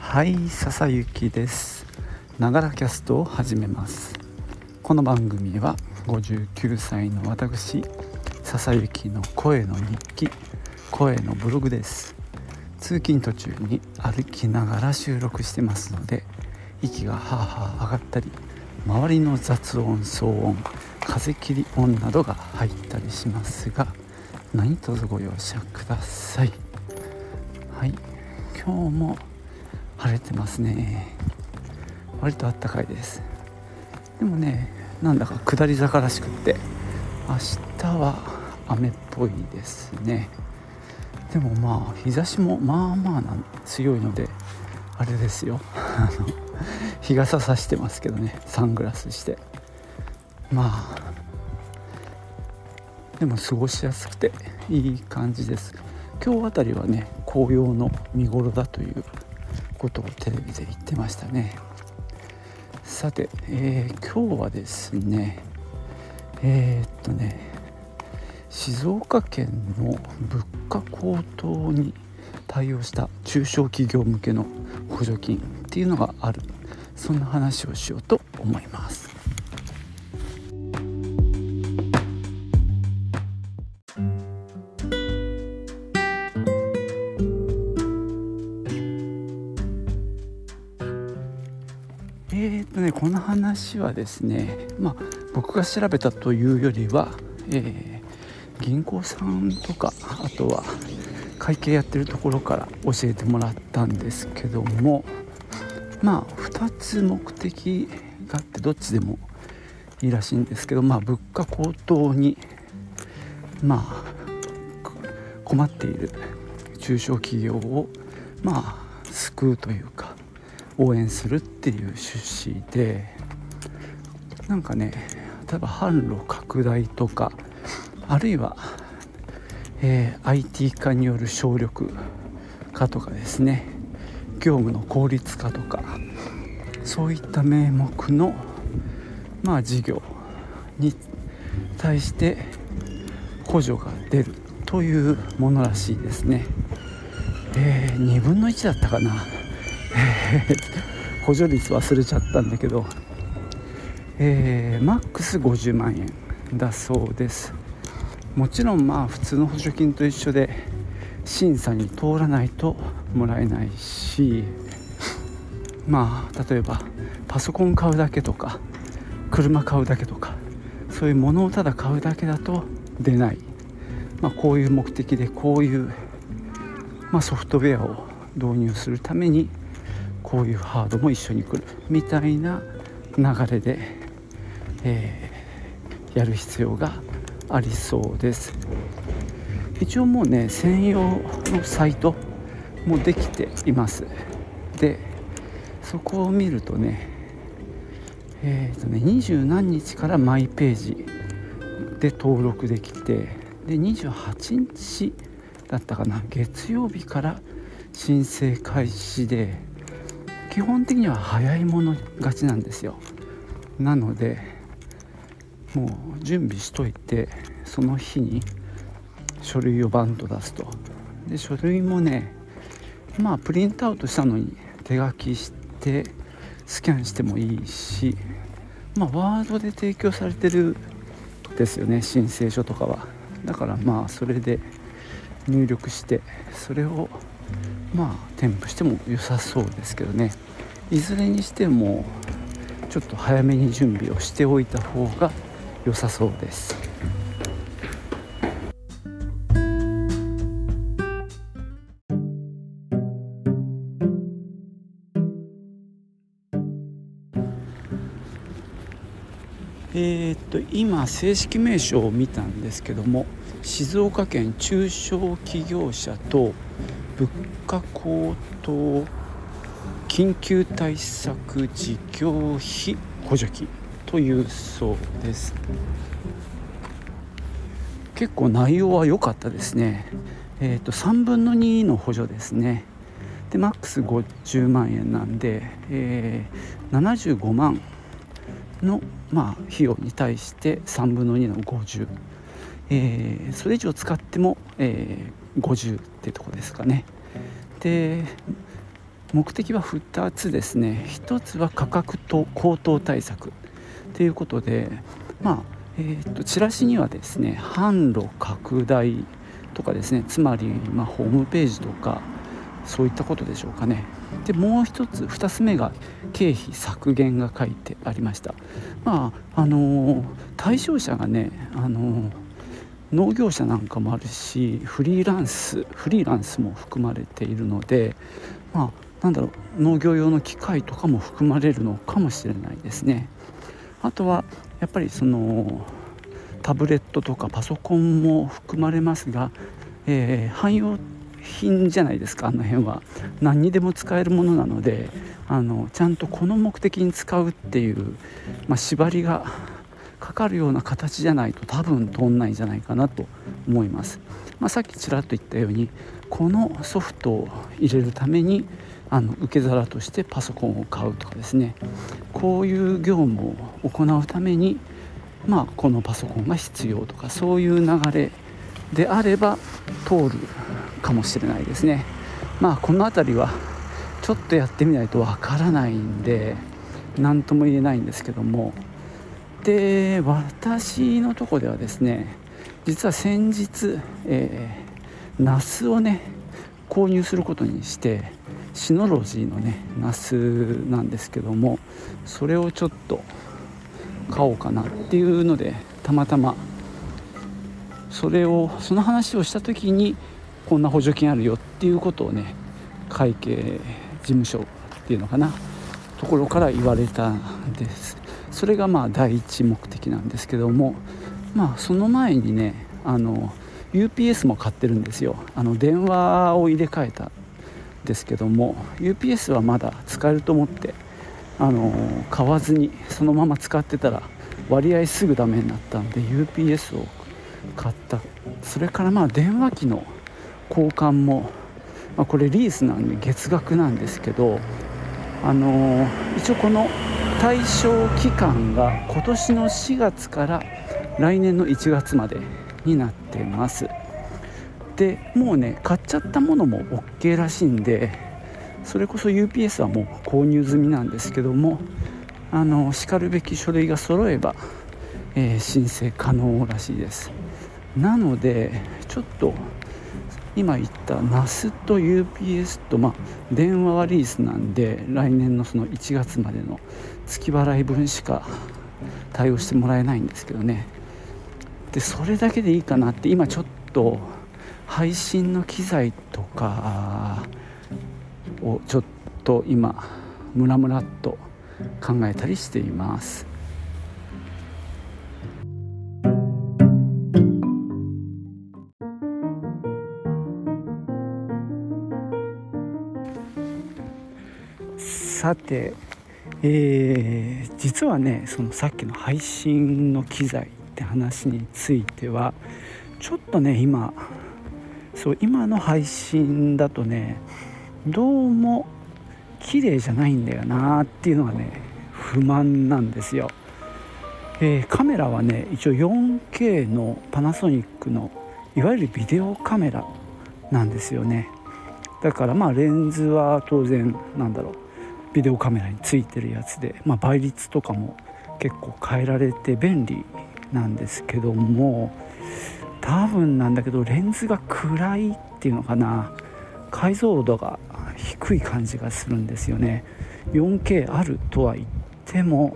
はい、笹雪です。ながらキャストを始めます。この番組は59歳の私笹雪の声の日記、声のブログです。通勤途中に歩きながら収録してますので、息がはあはあ上がったり、周りの雑音、騒音、風切り音などが入ったりしますが、何卒ご容赦ください。はい、今日も晴れてますね。割と暖かいです。でもね、なんだか下り坂らしくって、明日は雨っぽいですね。でもまあ日差しもまあまあ強いのであれですよ日傘さしてますけどね、サングラスして、まあでも過ごしやすくていい感じです。今日あたりはね、紅葉の見頃だということをテレビで言ってましたね。さて、今日はですね静岡県の物価高騰に対応した中小企業向けの補助金っていうのがある、そんな話をしようと思います。この話はですね、僕が調べたというよりは、銀行さんとか、あとは会計やってるところから教えてもらったんですけども、2つ目的があって、どっちでもいいらしいんですけど、物価高騰に困っている中小企業を救うというか応援するっていう趣旨で、なんかね、例えば販路拡大とか、あるいは、IT 化による省力化とかですね、業務の効率化とか、そういった名目の事業に対して補助が出るというものらしいですね。2分の1だったかな、補助率忘れちゃったんだけど、マックス50万円だそうです。もちろん普通の補助金と一緒で審査に通らないともらえないし、例えばパソコン買うだけとか車買うだけとか、そういうものをただ買うだけだと出ない、こういう目的でこういう、ソフトウェアを導入するためにこういうハードも一緒に来るみたいな流れで、やる必要がありそうです。一応もうね、専用のサイトもできています。でそこを見るとね、20何日からマイページで登録できて、で28日だったかな、月曜日から申請開始で、基本的には早い者勝ちなんですよ。なのでもう準備しといて、その日に書類をバンと出すと。で書類もね、プリントアウトしたのに手書きしてスキャンしてもいいし、ワードで提供されてるですよね、申請書とかは。だからそれで入力して、それを添付しても良さそうですけどね。いずれにしてもちょっと早めに準備をしておいた方が良さそうです。今正式名称を見たんですけども、静岡県中小企業者と物価高騰緊急対策事業費補助金というそうです。結構内容は良かったですね。3分の2の補助ですね。でマックス50万円なんで、75万の費用に対して3分の2の50、それ以上使っても、50ってとこですかね。で目的は2つですね。1つは価格と高騰対策ということで、チラシにはですね、販路拡大とかですね、つまり、ホームページとかそういったことでしょうかね。でもう一つ、2つ目が経費削減が書いてありました。対象者がね、農業者なんかもあるし、フリーランスも含まれているので、農業用の機械とかも含まれるのかもしれないですね。あとはやっぱりタブレットとかパソコンも含まれますが、汎用品じゃないですか。あの辺は何にでも使えるものなので、ちゃんとこの目的に使うっていう、縛りがかかるような形じゃないと多分通んないんじゃないかなと思います。さっきちらっと言ったように、このソフトを入れるために受け皿としてパソコンを買うとかですね、こういう業務を行うために、このパソコンが必要とか、そういう流れであれば通るかもしれないですね。この辺りはちょっとやってみないとわからないんで何とも言えないんですけども、で私のとこではですね、実は先日、ナスをね購入することにして、シノロジーのねナスなんですけども、それをちょっと買おうかなっていうので、たまたまその話をした時に、こんな補助金あるよっていうことをね、会計事務所っていうのかな、ところから言われたんです。それが第一目的なんですけども、その前にね、UPS も買ってるんですよ。電話を入れ替えたんですけども、 UPS はまだ使えると思って買わずにそのまま使ってたら、割合すぐダメになったんで UPS を買った。それから電話機の交換も、これリースなんで月額なんですけど、一応この対象期間が今年の4月から来年の1月までになってます。でもうね、買っちゃったものも OK らしいんで、それこそ UPS はもう購入済みなんですけども、しかるべき書類が揃えば、申請可能らしいです。なのでちょっと今言ったナスと UPS と、電話はリースなんで、来年のその1月までの月払い分しか対応してもらえないんですけどね。でそれだけでいいかなって、今ちょっと配信の機材とかをちょっと今ムラムラっと考えたりしています。さて、実はね、そのさっきの配信の機材って話についてはちょっとね、今の配信だとね、どうも綺麗じゃないんだよなっていうのがね不満なんですよ。カメラはね、一応 4K のパナソニックのいわゆるビデオカメラなんですよね。だからレンズは当然ビデオカメラについてるやつで、倍率とかも結構変えられて便利なんですけども、多分なんだけどレンズが暗いっていうのかな、解像度が低い感じがするんですよね。 4K あるとは言っても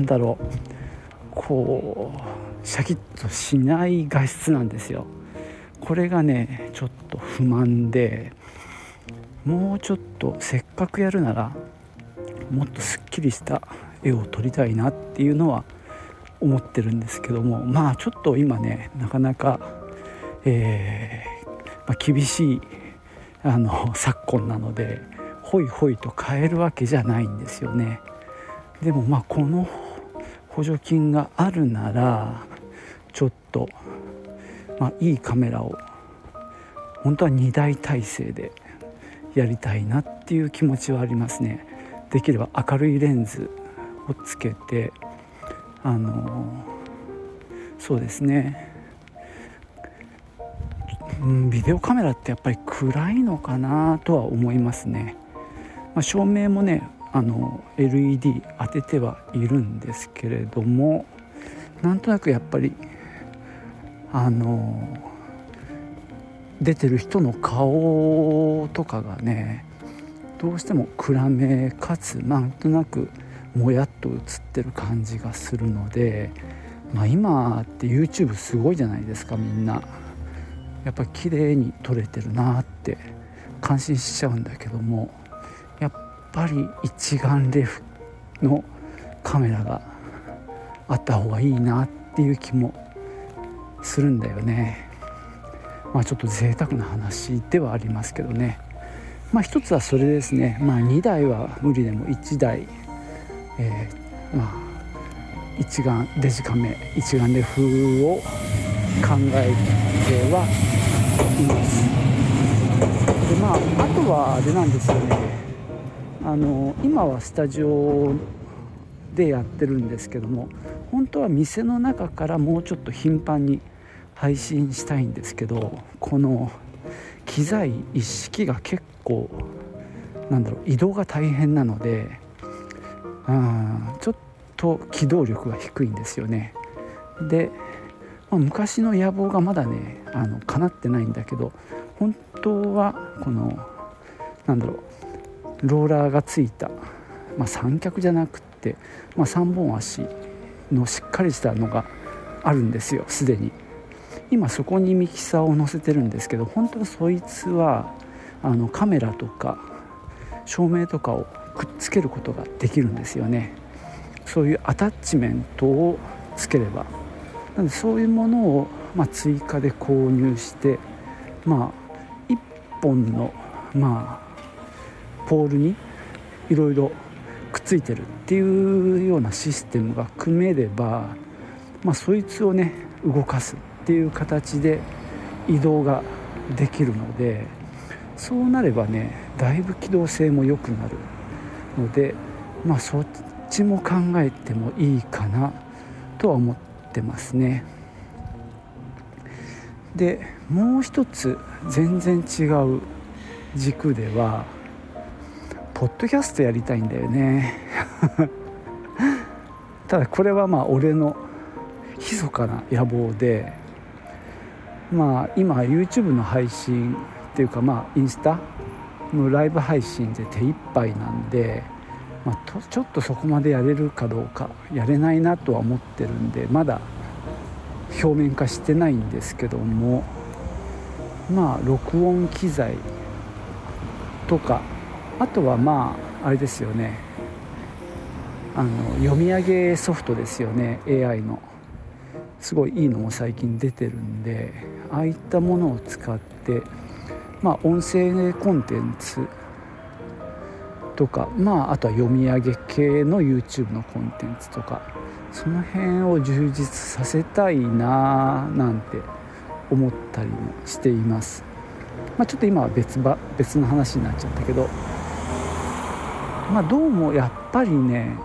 シャキッとしない画質なんですよ。これがねちょっと不満で、もうちょっとせっかくやるならもっとすっきりした絵を撮りたいなっていうのは思ってるんですけども、ちょっと今ねなかなか、厳しい昨今なのでホイホイと買えるわけじゃないんですよね。でもこの補助金があるならちょっと、いいカメラを本当は2台体制でやりたいなっていう気持ちはありますね。できれば明るいレンズをつけて、そうですね、ビデオカメラってやっぱり暗いのかなとは思いますね。 照明もねLED 当ててはいるんですけれども、なんとなくやっぱり出てる人の顔とかがねどうしても暗めかつなんとなくもやっと映ってる感じがするので、今って YouTube すごいじゃないですか。みんなやっぱり綺麗に撮れてるなって感心しちゃうんだけども、やっぱり一眼レフのカメラがあった方がいいなっていう気もするんだよね。ちょっと贅沢な話ではありますけどね。一つはそれですね。2台は無理でも1台、一眼デジカメ一眼レフを考えてはいます。であとはあれなんですよね。今はスタジオでやってるんですけども、本当は店の中からもうちょっと頻繁に配信したいんですけど、この機材一式が結構移動が大変なので、ちょっと機動力が低いんですよね。で、昔の野望がまだね叶ってないんだけど、本当はこのローラーがついた、三脚じゃなくて、3本足のしっかりしたのがあるんですよ。すでに今そこにミキサーを乗せてるんですけど、本当はそいつはカメラとか照明とかをくっつけることができるんですよね。そういうアタッチメントをつければ、なのでそういうものを追加で購入して、一本のポールにいろいろくっついてるっていうようなシステムが組めれば、そいつをね動かすっていう形で移動ができるので、そうなればねだいぶ機動性も良くなるので、そっちも考えてもいいかなとは思ってますね。でもう一つ全然違う軸ではポッドキャストやりたいんだよねただこれは俺の密かな野望で、今 YouTube の配信っていうかインスタのライブ配信で手一杯なんで、ちょっとそこまでやれるかどうか、やれないなとは思ってるんでまだ表面化してないんですけども、録音機材とか、あとはあれですよね、読み上げソフトですよね。 AI のすごいいいのも最近出てるんで、ああいったものを使って音声コンテンツとか、あとは読み上げ系の YouTube のコンテンツとか、その辺を充実させたいななんて思ったりもしています。ちょっと今は別の話になっちゃったけど、どうもやっぱりね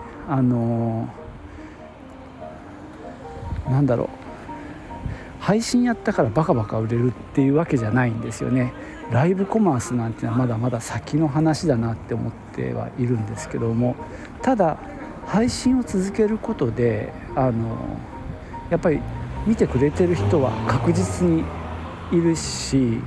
配信やったからバカバカ売れるっていうわけじゃないんですよね。ライブコマースなんてのはまだまだ先の話だなって思ってはいるんですけども、ただ配信を続けることでやっぱり見てくれてる人は確実にいるし、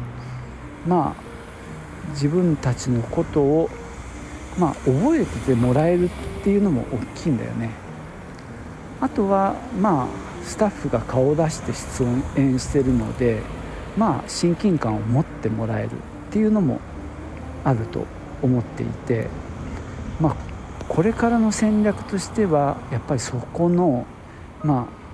自分たちのことを覚えててもらえるっていうのも大きいんだよね。あとはスタッフが顔を出して出演してるので、親近感を持ってもらえるっていうのもあると思っていて、これからの戦略としてはやっぱりそこのフ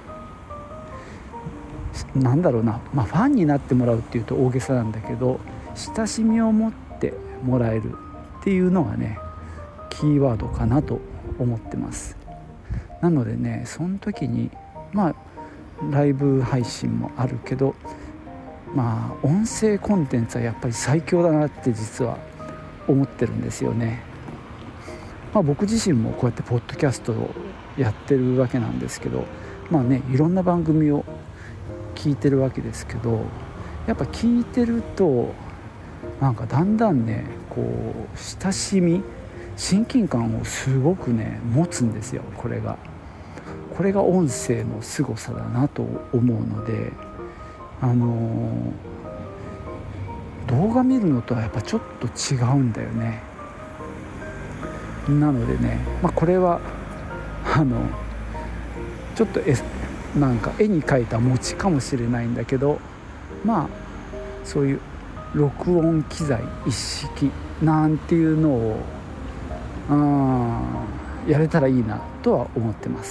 ァンになってもらうっていうと大げさなんだけど、親しみを持ってもらえるっていうのがねキーワードかなと思ってます。なのでね、その時にライブ配信もあるけど、音声コンテンツはやっぱり最強だなって実は思ってるんですよね。僕自身もこうやってポッドキャストをやってるわけなんですけど、いろんな番組を聞いてるわけですけど、やっぱ聞いてるとだんだんね親しみ親近感をすごくね持つんですよ。これが音声の凄さだなと思うので、動画見るのとはやっぱちょっと違うんだよね。なのでね、これはちょっとなんか絵に描いた餅かもしれないんだけど、そういう録音機材一式なんていうのをやれたらいいなとは思ってます。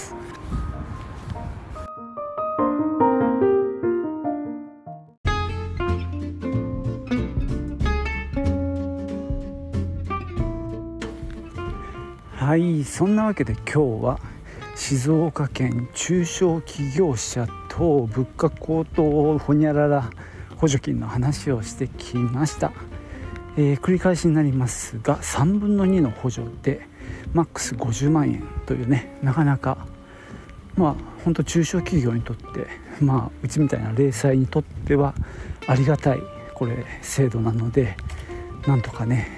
はい、そんなわけで今日は静岡県中小企業者等物価高騰ほにゃらら補助金の話をしてきました。繰り返しになりますが、3分の2の補助でマックス50万円というね、なかなか本当中小企業にとって、うちみたいな零細にとってはありがたいこれ制度なので、なんとかね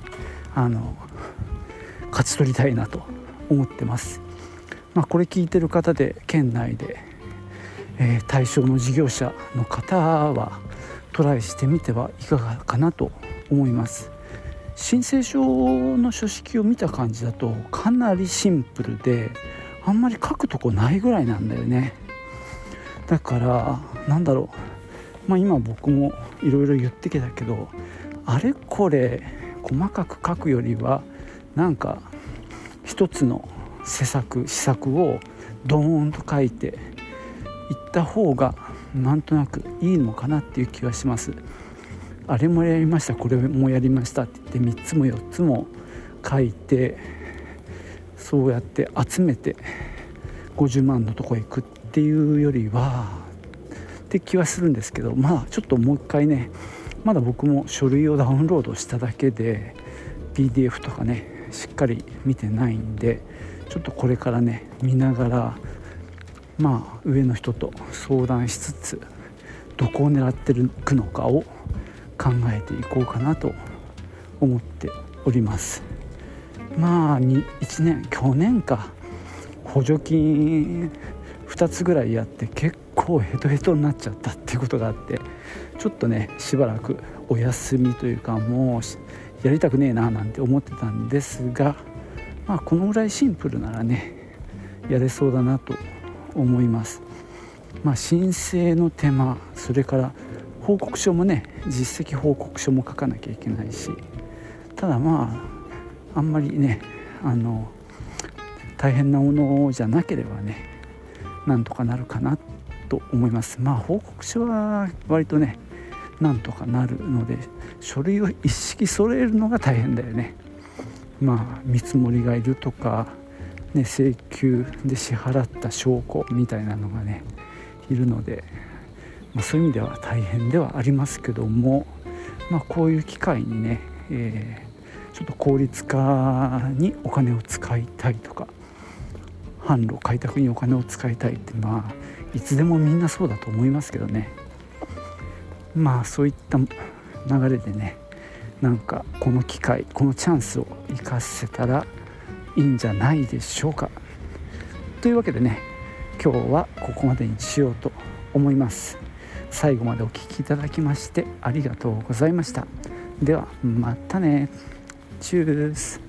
勝ち取りたいなと思ってます。これ聞いてる方で県内で、対象の事業者の方はトライしてみてはいかがかなと思います。申請書の書式を見た感じだとかなりシンプルで、あんまり書くとこないぐらいなんだよね。だから今僕もいろいろ言ってきたけど、あれこれ細かく書くよりはなんか一つの施策をドーンと書いていった方がなんとなくいいのかなっていう気はします。あれもやりました、これもやりましたって言って3つも4つも書いて、そうやって集めて50万のとこへ行くっていうよりはって気はするんですけど、ちょっともう一回ね、まだ僕も書類をダウンロードしただけで PDF とかねしっかり見てないんで、ちょっとこれからね見ながら上の人と相談しつつどこを狙っていくのかを考えていこうかなと思っております。去年か補助金2つぐらいやって結構ヘトヘトになっちゃったっていうことがあって、ちょっとねしばらくお休みというか、もうやりたくねえななんて思ってたんですが、このぐらいシンプルならねやれそうだなと思います。申請の手間、それから報告書もね、実績報告書も書かなきゃいけないし、ただあんまりね大変なものじゃなければねなんとかなるかなと思います。報告書は割とねなんとかなるので、書類を一式揃えるのが大変だよね。見積もりがいるとか、請求で支払った証拠みたいなのがねいるので、そういう意味では大変ではありますけども、こういう機会にね、ちょっと効率化にお金を使いたいとか、販路開拓にお金を使いたいっていつでもみんなそうだと思いますけどね。そういった流れでね、この機会、このチャンスを生かせたらいいんじゃないでしょうか。というわけでね、今日はここまでにしようと思います。最後までお聞きいただきましてありがとうございました。ではまたね。チュース。